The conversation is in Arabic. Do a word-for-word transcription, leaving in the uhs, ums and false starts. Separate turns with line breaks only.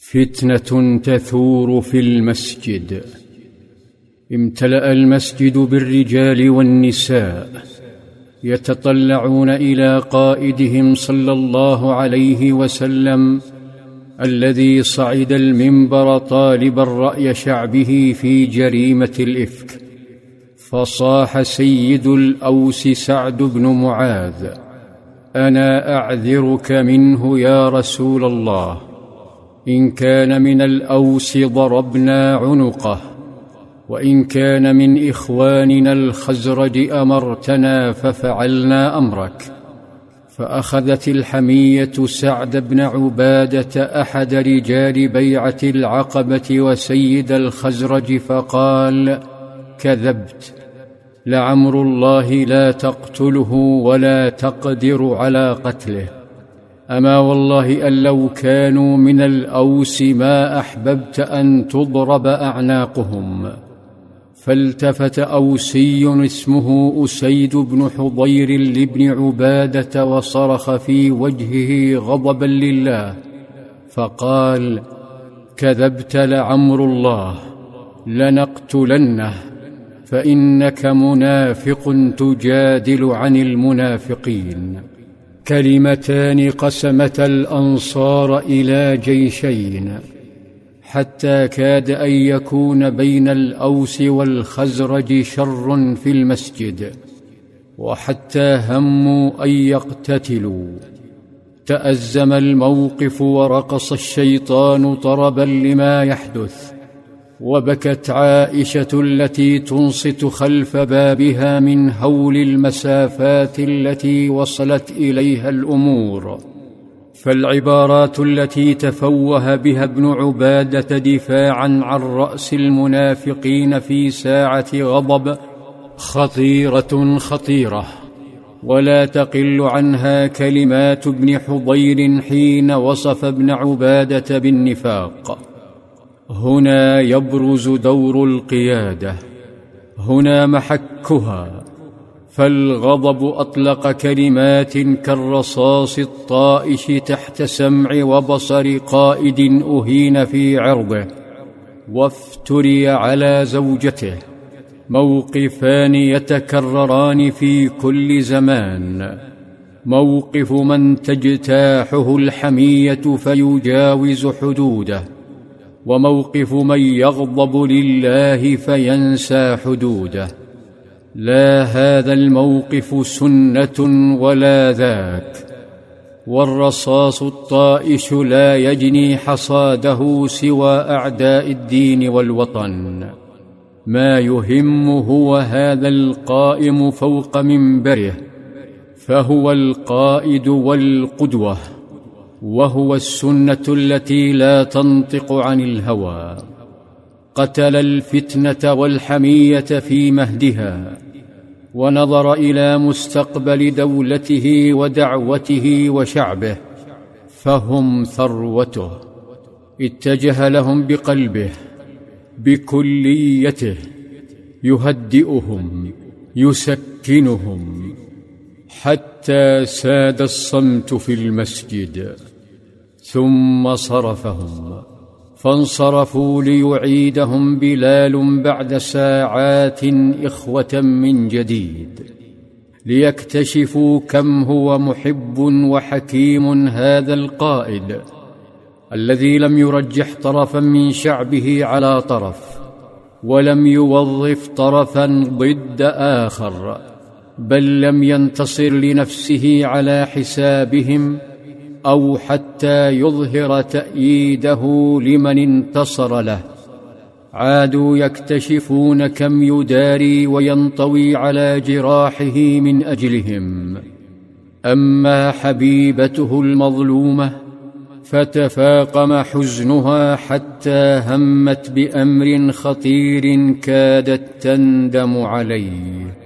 فتنة تثور في المسجد. امتلأ المسجد بالرجال والنساء يتطلعون إلى قائدهم صلى الله عليه وسلم الذي صعد المنبر طالبا رأي شعبه في جريمة الإفك. فصاح سيد الأوس سعد بن معاذ: أنا أعذرك منه يا رسول الله، إن كان من الأوس ضربنا عنقه، وإن كان من إخواننا الخزرج أمرتنا ففعلنا أمرك. فأخذت الحمية سعد بن عبادة أحد رجال بيعة العقبة وسيد الخزرج فقال: كذبت، لعمر الله لا تقتله ولا تقدر على قتله، أما والله أن لو كانوا من الأوس ما أحببت أن تضرب أعناقهم. فالتفت أوسي اسمه أسيد بن حضير لابن عبادة وصرخ في وجهه غضبا لله فقال: كذبت، لعمر الله لنقتلنه، فإنك منافق تجادل عن المنافقين. كلمتان قسمتا الأنصار إلى جيشين، حتى كاد أن يكون بين الأوس والخزرج شر في المسجد، وحتى هموا أن يقتتلوا. تأزم الموقف ورقص الشيطان طربا لما يحدث، وبكت عائشة التي تنصت خلف بابها من هول المسافات التي وصلت إليها الأمور. فالعبارات التي تفوه بها ابن عبادة دفاعا عن رأس المنافقين في ساعة غضب خطيرة خطيرة، ولا تقل عنها كلمات ابن حضير حين وصف ابن عبادة بالنفاق. هنا يبرز دور القيادة، هنا محكها. فالغضب أطلق كلمات كالرصاص الطائش تحت سمع وبصر قائد أهين في عرضه وافتري على زوجته. موقفان يتكرران في كل زمان: موقف من تجتاحه الحمية فيجاوز حدوده، وموقف من يغضب لله فينسى حدوده. لا هذا الموقف سنة ولا ذاك. والرصاص الطائش لا يجني حصاده سوى أعداء الدين والوطن. ما يهم هو هذا القائم فوق منبره، فهو القائد والقدوة، وهو السنة التي لا تنطق عن الهوى. قتل الفتنة والحمية في مهدها، ونظر إلى مستقبل دولته ودعوته وشعبه، فهم ثروته. اتجه لهم بقلبه بكليته، يهدئهم يسكنهم، حتى ساد الصمت في المسجد. ثم صرفهم، فانصرفوا ليعيدهم بلال بعد ساعات إخوة من جديد، ليكتشفوا كم هو محب وحكيم هذا القائد الذي لم يرجح طرفا من شعبه على طرف، ولم يوظف طرفا ضد آخر، بل لم ينتصر لنفسه على حسابهم أو حتى يظهر تأييده لمن انتصر له. عادوا يكتشفون كم يداري وينطوي على جراحه من أجلهم. أما حبيبته المظلومة فتفاقم حزنها حتى همت بأمر خطير كادت تندم عليه.